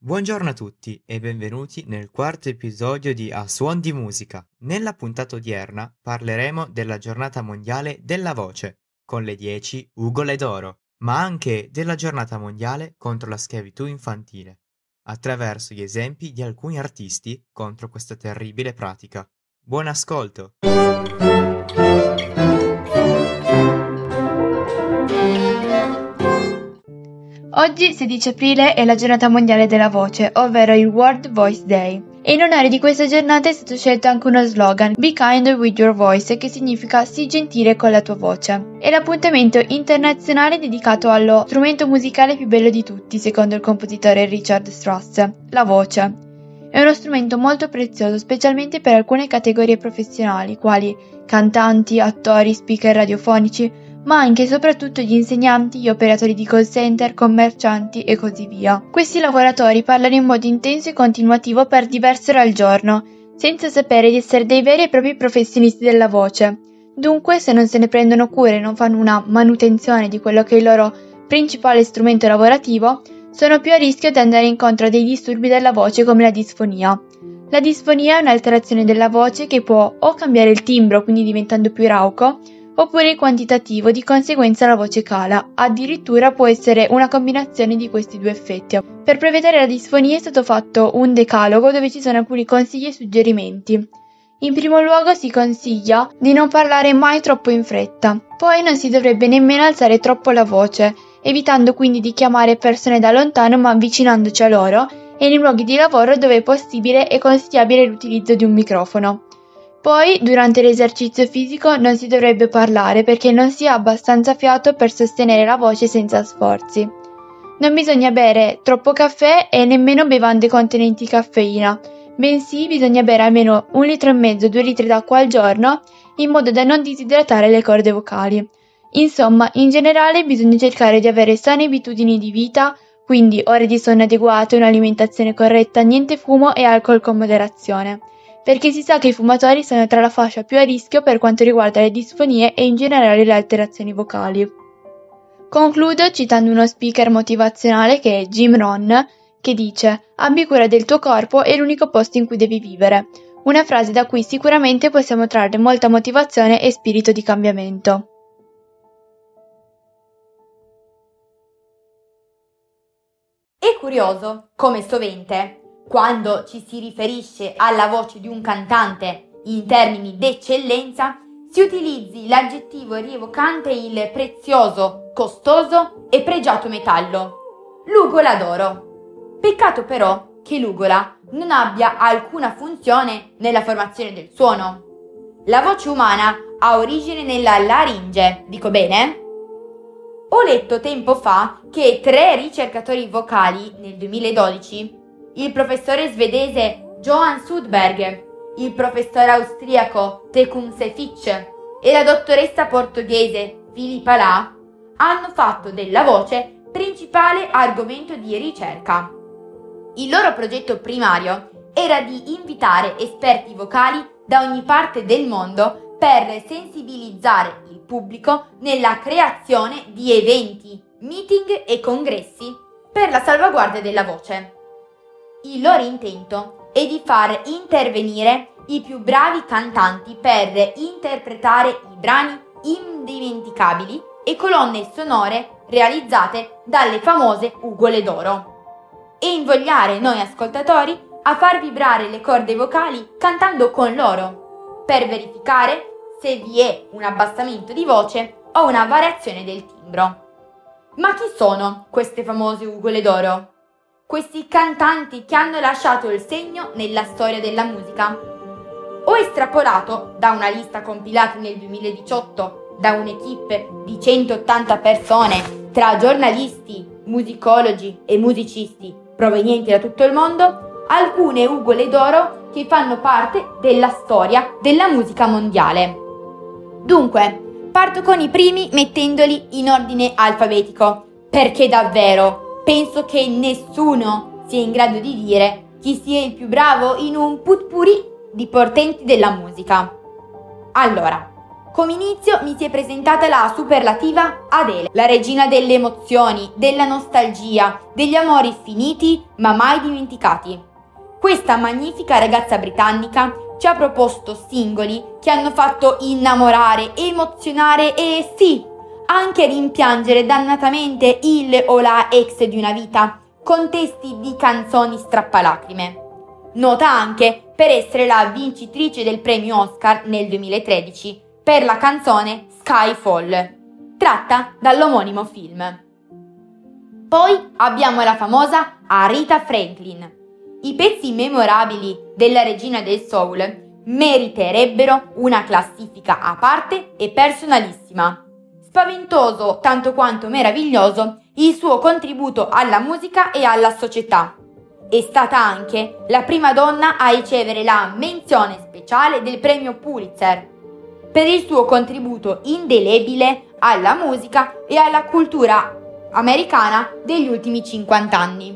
Buongiorno a tutti e benvenuti nel quarto episodio di A Suon di Musica. Nella puntata odierna parleremo della giornata mondiale della voce, con le 10 ugole d'oro, ma anche della giornata mondiale contro la schiavitù infantile, attraverso gli esempi di alcuni artisti contro questa terribile pratica. Buon ascolto! Oggi, 16 aprile, è la giornata mondiale della voce, ovvero il World Voice Day. E in onore di questa giornata è stato scelto anche uno slogan, Be Kind with Your Voice, che significa sii gentile con la tua voce. È l'appuntamento internazionale dedicato allo strumento musicale più bello di tutti, secondo il compositore Richard Strauss, la voce. È uno strumento molto prezioso, specialmente per alcune categorie professionali, quali cantanti, attori, speaker radiofonici, ma anche e soprattutto gli insegnanti, gli operatori di call center, commercianti e così via. Questi lavoratori parlano in modo intenso e continuativo per diverse ore al giorno, senza sapere di essere dei veri e propri professionisti della voce. Dunque, se non se ne prendono cura e non fanno una manutenzione di quello che è il loro principale strumento lavorativo, sono più a rischio di andare incontro a dei disturbi della voce come la disfonia. La disfonia è un'alterazione della voce che può o cambiare il timbro, quindi diventando più rauco, oppure il quantitativo, di conseguenza la voce cala. Addirittura può essere una combinazione di questi due effetti. Per prevedere la disfonia è stato fatto un decalogo dove ci sono alcuni consigli e suggerimenti. In primo luogo si consiglia di non parlare mai troppo in fretta. Poi non si dovrebbe nemmeno alzare troppo la voce, evitando quindi di chiamare persone da lontano ma avvicinandoci a loro, e nei luoghi di lavoro dove è possibile e consigliabile l'utilizzo di un microfono. Poi, durante l'esercizio fisico non si dovrebbe parlare perché non si ha abbastanza fiato per sostenere la voce senza sforzi. Non bisogna bere troppo caffè e nemmeno bevande contenenti caffeina, bensì bisogna bere almeno 1,5 litri, 2 litri d'acqua al giorno, in modo da non disidratare le corde vocali. Insomma, in generale bisogna cercare di avere sane abitudini di vita, quindi ore di sonno adeguate, un'alimentazione corretta, niente fumo e alcol con moderazione, perché si sa che i fumatori sono tra la fascia più a rischio per quanto riguarda le disfonie e in generale le alterazioni vocali. Concludo citando uno speaker motivazionale che è Jim Rohn, che dice: "Abbi cura del tuo corpo, è l'unico posto in cui devi vivere", una frase da cui sicuramente possiamo trarre molta motivazione e spirito di cambiamento. È curioso come sovente, quando ci si riferisce alla voce di un cantante in termini d'eccellenza, si utilizzi l'aggettivo rievocante il prezioso, costoso e pregiato metallo, l'ugola d'oro. Peccato però che l'ugola non abbia alcuna funzione nella formazione del suono. La voce umana ha origine nella laringe, dico bene? Ho letto tempo fa che 3 ricercatori vocali nel 2012, il professore svedese Johan Sudberg, il professore austriaco Tecumseh Fitch e la dottoressa portoghese Philippa La, hanno fatto della voce principale argomento di ricerca. Il loro progetto primario era di invitare esperti vocali da ogni parte del mondo per sensibilizzare il pubblico nella creazione di eventi, meeting e congressi per la salvaguardia della voce. Il loro intento è di far intervenire i più bravi cantanti per interpretare i brani indimenticabili e colonne sonore realizzate dalle famose ugole d'oro e invogliare noi ascoltatori a far vibrare le corde vocali cantando con loro per verificare se vi è un abbassamento di voce o una variazione del timbro. Ma chi sono queste famose ugole d'oro? Questi cantanti che hanno lasciato il segno nella storia della musica. Ho estrapolato da una lista compilata nel 2018 da un'equipe di 180 persone tra giornalisti, musicologi e musicisti provenienti da tutto il mondo alcune ugole d'oro che fanno parte della storia della musica mondiale. Dunque, parto con i primi mettendoli in ordine alfabetico, perché davvero penso che nessuno sia in grado di dire chi sia il più bravo in un potpourri di portenti della musica. Allora, Come inizio mi si è presentata la superlativa Adele, la regina delle emozioni, della nostalgia, degli amori finiti ma mai dimenticati. Questa magnifica ragazza britannica ci ha proposto singoli che hanno fatto innamorare, emozionare e sì, anche rimpiangere dannatamente il o la ex di una vita, con testi di canzoni strappalacrime. Nota anche per essere la vincitrice del premio Oscar nel 2013 per la canzone Skyfall, tratta dall'omonimo film. Poi abbiamo la famosa Aretha Franklin. I pezzi memorabili della regina del soul meriterebbero una classifica a parte e personalissima. Spaventoso tanto quanto meraviglioso il suo contributo alla musica e alla società. È stata anche la prima donna a ricevere la menzione speciale del premio Pulitzer per il suo contributo indelebile alla musica e alla cultura americana degli ultimi 50 anni.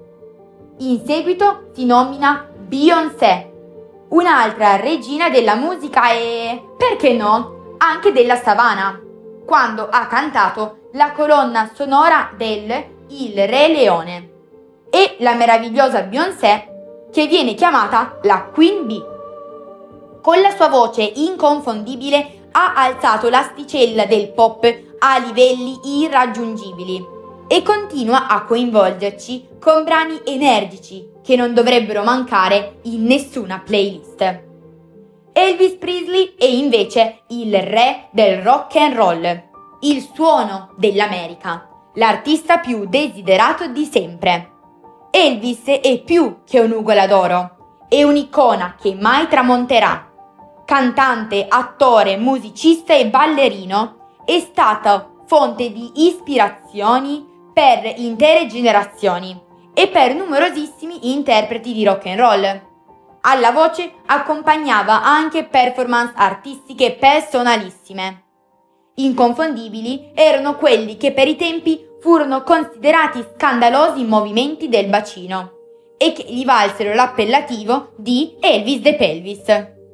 In seguito si nomina Beyoncé, un'altra regina della musica e, perché no, anche della savana, quando ha cantato la colonna sonora del Il Re Leone, e la meravigliosa Beyoncé, che viene chiamata la Queen Bee. Con la sua voce inconfondibile ha alzato l'asticella del pop a livelli irraggiungibili e continua a coinvolgerci con brani energici che non dovrebbero mancare in nessuna playlist. Elvis Presley è invece il re del rock and roll, il suono dell'America, l'artista più desiderato di sempre. Elvis è più che un'ugola d'oro, è un'icona che mai tramonterà. Cantante, attore, musicista e ballerino, è stato fonte di ispirazioni per intere generazioni e per numerosissimi interpreti di rock and roll. Alla voce accompagnava anche performance artistiche personalissime. Inconfondibili erano quelli che per i tempi furono considerati scandalosi movimenti del bacino e che gli valsero l'appellativo di Elvis the Pelvis.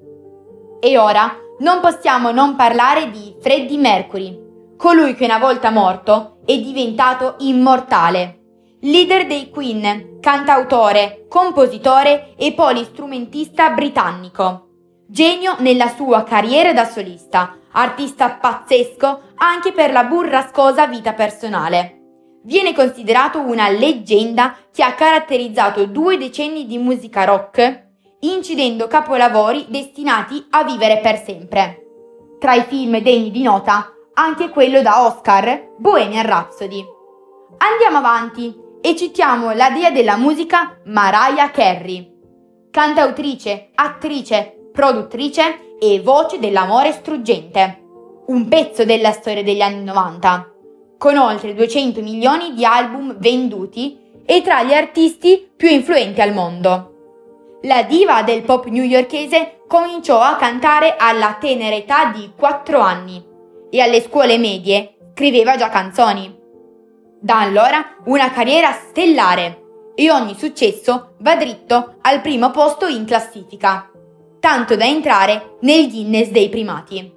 E ora non possiamo non parlare di Freddie Mercury, colui che una volta morto è diventato immortale. Leader dei Queen, cantautore, compositore e polistrumentista britannico. Genio nella sua carriera da solista, artista pazzesco anche per la burrascosa vita personale. Viene considerato una leggenda che ha caratterizzato 2 decenni di musica rock, incidendo capolavori destinati a vivere per sempre. Tra i film degni di nota, anche quello da Oscar, Bohemian Rhapsody. Andiamo avanti e citiamo la dea della musica Mariah Carey, cantautrice, attrice, produttrice e voce dell'amore struggente, un pezzo della storia degli anni 90, con oltre 200 milioni di album venduti e tra gli artisti più influenti al mondo. La diva del pop newyorkese cominciò a cantare alla tenera età di 4 anni e alle scuole medie scriveva già canzoni. Da allora una carriera stellare e ogni successo va dritto al primo posto in classifica, tanto da entrare nel Guinness dei primati.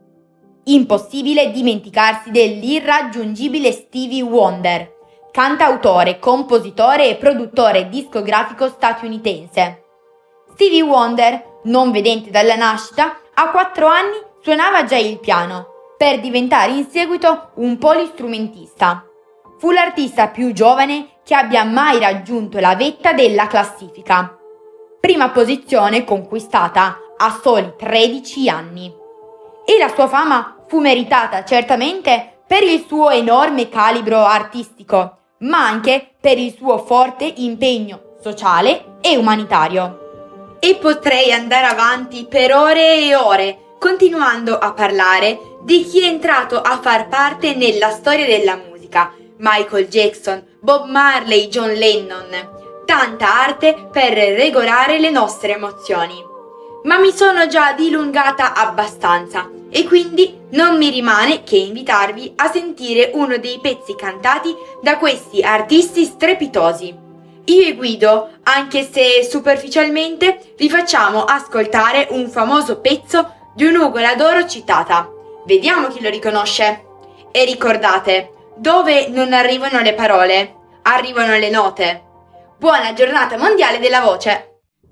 Impossibile dimenticarsi dell'irraggiungibile Stevie Wonder, cantautore, compositore e produttore discografico statunitense. Stevie Wonder, non vedente dalla nascita, a 4 anni suonava già il piano, per diventare in seguito un polistrumentista. Fu l'artista più giovane che abbia mai raggiunto la vetta della classifica. Prima posizione conquistata a soli 13 anni. E la sua fama fu meritata certamente per il suo enorme calibro artistico, ma anche per il suo forte impegno sociale e umanitario. E potrei andare avanti per ore e ore, continuando a parlare di chi è entrato a far parte nella storia della musica: Michael Jackson, Bob Marley, John Lennon. Tanta arte per regolare le nostre emozioni. Ma mi sono già dilungata abbastanza e quindi non mi rimane che invitarvi a sentire uno dei pezzi cantati da questi artisti strepitosi. Io e Guido, anche se superficialmente, vi facciamo ascoltare un famoso pezzo di un'ugola d'oro citata, Vediamo chi lo riconosce. E ricordate, dove non arrivano le parole, arrivano le note. Buona giornata mondiale della voce!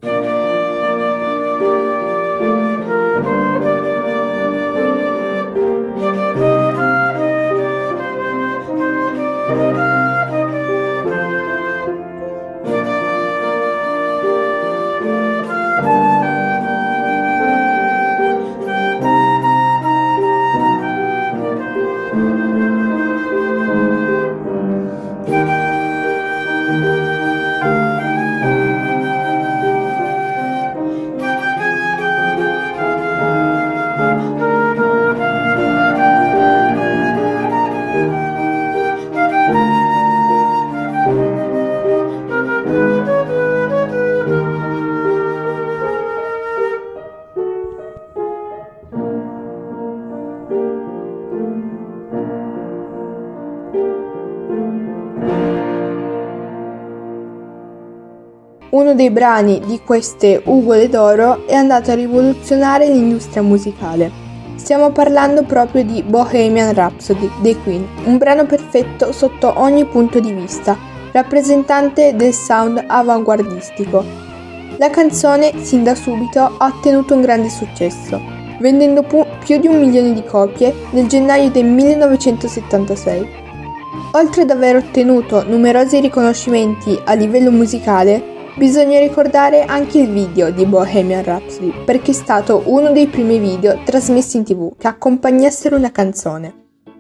Uno dei brani di queste Ugole d'Oro è andato a rivoluzionare l'industria musicale. Stiamo parlando proprio di Bohemian Rhapsody dei Queen, un brano perfetto sotto ogni punto di vista, rappresentante del sound avanguardistico. La canzone, sin da subito, ha ottenuto un grande successo, vendendo più di 1 milione di copie nel gennaio del 1976. Oltre ad aver ottenuto numerosi riconoscimenti a livello musicale, bisogna ricordare anche il video di Bohemian Rhapsody, perché è stato uno dei primi video trasmessi in TV che accompagnassero una canzone.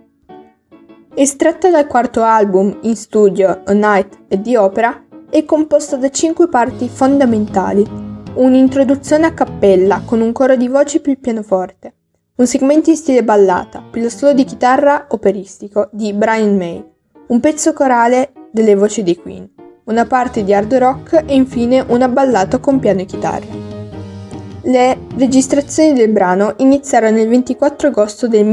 Estratta dal quarto album in studio A Night at the Opera, è composta da 5 parti fondamentali: un'introduzione a cappella con un coro di voce più il pianoforte, un segmento in stile ballata più lo solo di chitarra operistico di Brian May, un pezzo corale delle voci dei Queen, una parte di hard rock e infine una ballata con piano e chitarra. Le registrazioni del brano iniziarono il 24 agosto del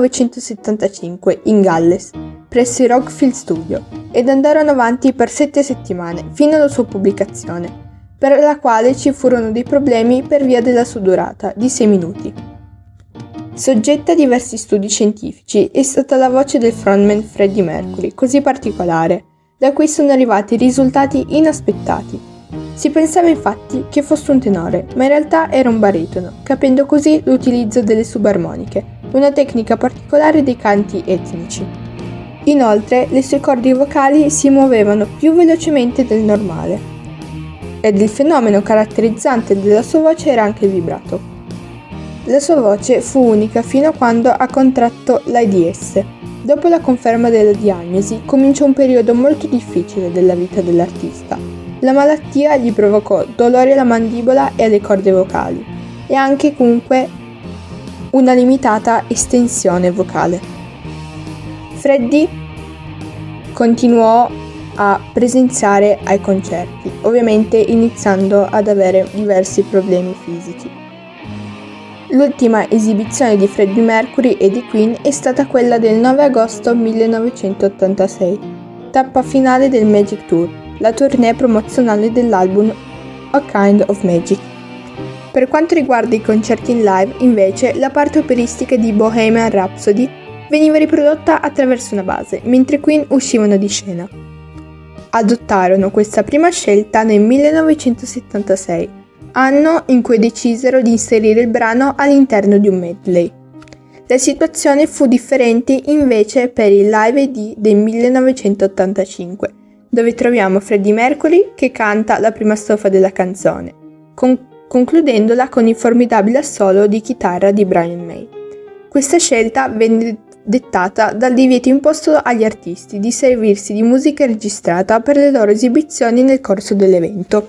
1975 in Galles, presso i Rockfield Studio, ed andarono avanti per 7 settimane, fino alla sua pubblicazione, per la quale ci furono dei problemi per via della sua durata, di 6 minuti. Soggetta a diversi studi scientifici è stata la voce del frontman Freddie Mercury, così particolare, da cui sono arrivati risultati inaspettati. Si pensava infatti che fosse un tenore, ma in realtà era un baritono, capendo così l'utilizzo delle subarmoniche, una tecnica particolare dei canti etnici. Inoltre, le sue corde vocali si muovevano più velocemente del normale, ed il fenomeno caratterizzante della sua voce era anche il vibrato. La sua voce fu unica fino a quando ha contratto l'AIDS. Dopo la conferma della diagnosi, cominciò un periodo molto difficile della vita dell'artista. La malattia gli provocò dolori alla mandibola e alle corde vocali, e anche comunque una limitata estensione vocale. Freddie continuò a presenziare ai concerti, ovviamente iniziando ad avere diversi problemi fisici. L'ultima esibizione di Freddie Mercury e di Queen è stata quella del 9 agosto 1986, tappa finale del Magic Tour, la tournée promozionale dell'album A Kind of Magic. Per quanto riguarda i concerti in live, invece, la parte operistica di Bohemian Rhapsody veniva riprodotta attraverso una base, mentre Queen uscivano di scena. Adottarono questa prima scelta nel 1976, anno in cui decisero di inserire il brano all'interno di un medley. La situazione fu differente invece per il Live AD del 1985, dove troviamo Freddie Mercury che canta la prima strofa della canzone, concludendola con il formidabile assolo di chitarra di Brian May. Questa scelta venne dettata dal divieto imposto agli artisti di servirsi di musica registrata per le loro esibizioni nel corso dell'evento.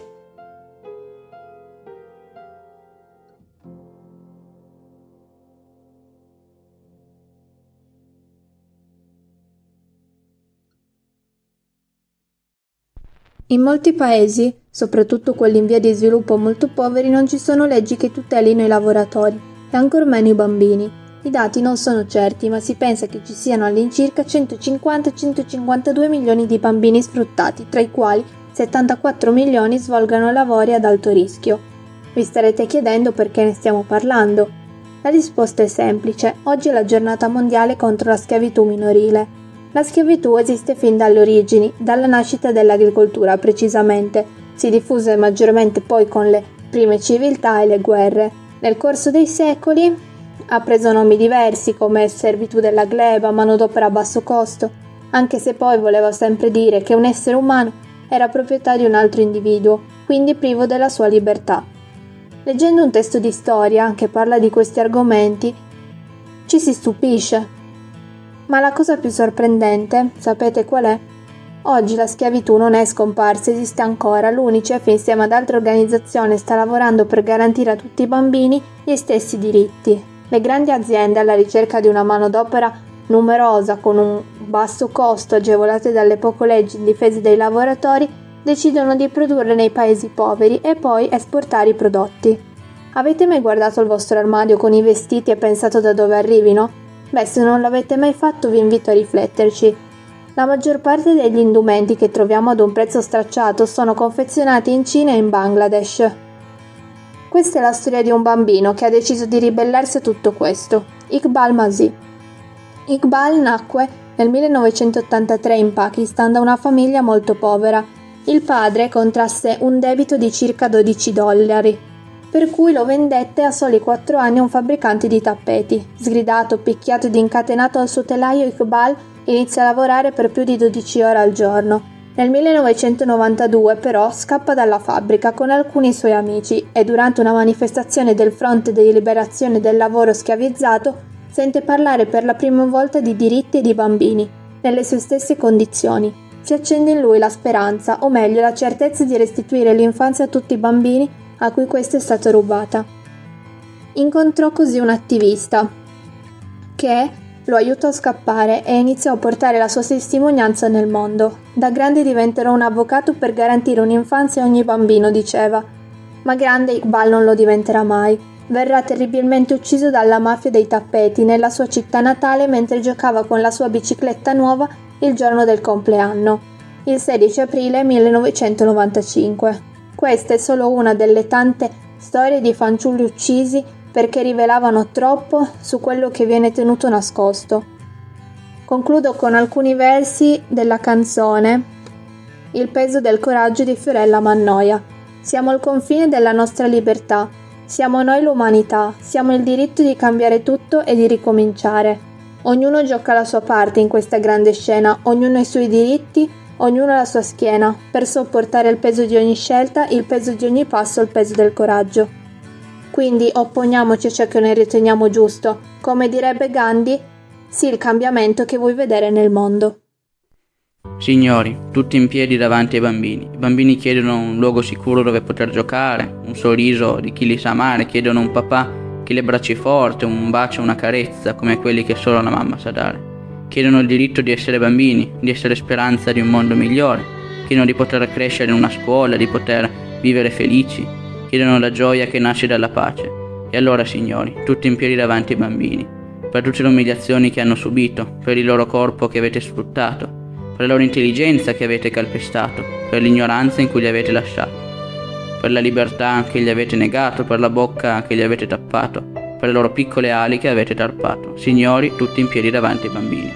In molti paesi, soprattutto quelli in via di sviluppo molto poveri, non ci sono leggi che tutelino i lavoratori e ancor meno i bambini. I dati non sono certi, ma si pensa che ci siano all'incirca 150-152 milioni di bambini sfruttati, tra i quali 74 milioni svolgano lavori ad alto rischio. Vi starete chiedendo perché ne stiamo parlando. La risposta è semplice: oggi è la giornata mondiale contro la schiavitù minorile. La schiavitù esiste fin dalle origini, dalla nascita dell'agricoltura precisamente. Si diffuse maggiormente poi con le prime civiltà e le guerre. Nel corso dei secoli ha preso nomi diversi come servitù della gleba, manodopera a basso costo, anche se poi voleva sempre dire che un essere umano era proprietà di un altro individuo, quindi privo della sua libertà. Leggendo un testo di storia che parla di questi argomenti, ci si stupisce. Ma la cosa più sorprendente, sapete qual è? Oggi la schiavitù non è scomparsa, esiste ancora. L'UNICEF insieme ad altre organizzazioni sta lavorando per garantire a tutti i bambini gli stessi diritti. Le grandi aziende alla ricerca di una manodopera numerosa con un basso costo, agevolate dalle poche leggi in difesa dei lavoratori, decidono di produrre nei paesi poveri e poi esportare i prodotti. Avete mai guardato il vostro armadio con i vestiti e pensato da dove arrivino? Beh, se non l'avete mai fatto vi invito a rifletterci. La maggior parte degli indumenti che troviamo ad un prezzo stracciato sono confezionati in Cina e in Bangladesh. Questa è la storia di un bambino che ha deciso di ribellarsi a tutto questo, Iqbal Masih. Iqbal nacque nel 1983 in Pakistan da una famiglia molto povera. Il padre contrasse un debito di circa $12, per cui lo vendette a soli 4 anni a un fabbricante di tappeti. Sgridato, picchiato ed incatenato al suo telaio, Iqbal inizia a lavorare per più di 12 ore al giorno. Nel 1992 però scappa dalla fabbrica con alcuni suoi amici e durante una manifestazione del Fronte di Liberazione del Lavoro Schiavizzato sente parlare per la prima volta di diritti e di bambini, nelle sue stesse condizioni. Si accende in lui la speranza, o meglio la certezza di restituire l'infanzia a tutti i bambini a cui questa è stata rubata. Incontrò così un attivista che lo aiutò a scappare e iniziò a portare la sua testimonianza nel mondo. Da grande diventerò un avvocato per garantire un'infanzia a ogni bambino, diceva. Ma grande Iqbal non lo diventerà mai. Verrà terribilmente ucciso dalla mafia dei tappeti nella sua città natale mentre giocava con la sua bicicletta nuova il giorno del compleanno, il 16 aprile 1995. Questa è solo una delle tante storie di fanciulli uccisi perché rivelavano troppo su quello che viene tenuto nascosto. Concludo con alcuni versi della canzone Il peso del coraggio di Fiorella Mannoia. Siamo al confine della nostra libertà, siamo noi l'umanità, siamo il diritto di cambiare tutto e di ricominciare. Ognuno gioca la sua parte in questa grande scena, ognuno ha i suoi diritti, ognuno ha la sua schiena, per sopportare il peso di ogni scelta, il peso di ogni passo, il peso del coraggio. Quindi opponiamoci a ciò che noi riteniamo giusto. Come direbbe Gandhi, sì il cambiamento che vuoi vedere nel mondo. Signori, tutti in piedi davanti ai bambini. I bambini chiedono un luogo sicuro dove poter giocare, un sorriso di chi li sa amare, chiedono un papà che li abbracci forte, un bacio, una carezza, come quelli che solo la mamma sa dare. Chiedono il diritto di essere bambini, di essere speranza di un mondo migliore. Chiedono di poter crescere in una scuola, di poter vivere felici. Chiedono la gioia che nasce dalla pace. E allora, signori, tutti in piedi davanti ai bambini, per tutte le umiliazioni che hanno subito, per il loro corpo che avete sfruttato, per la loro intelligenza che avete calpestato, per l'ignoranza in cui li avete lasciati, per la libertà che gli avete negato, per la bocca che gli avete tappato, per le loro piccole ali che avete tarpato. Signori, tutti in piedi davanti ai bambini.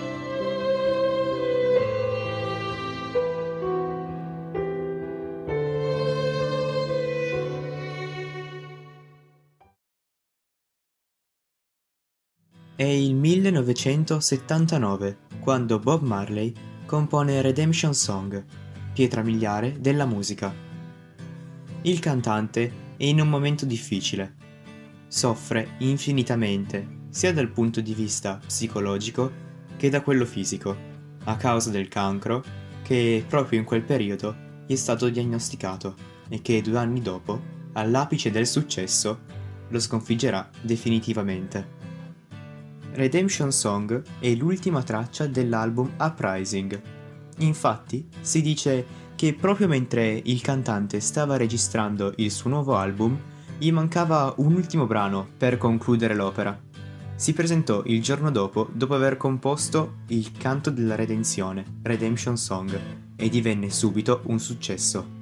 È il 1979 quando Bob Marley compone Redemption Song, pietra miliare della musica. Il cantante è in un momento difficile. Soffre infinitamente sia dal punto di vista psicologico che da quello fisico, a causa del cancro che proprio in quel periodo gli è stato diagnosticato e che 2 anni dopo, all'apice del successo, lo sconfiggerà definitivamente. Redemption Song è l'ultima traccia dell'album Uprising. Infatti, si dice che proprio mentre il cantante stava registrando il suo nuovo album, gli mancava un ultimo brano per concludere l'opera. Si presentò il giorno dopo aver composto il canto della redenzione, Redemption Song, e divenne subito un successo.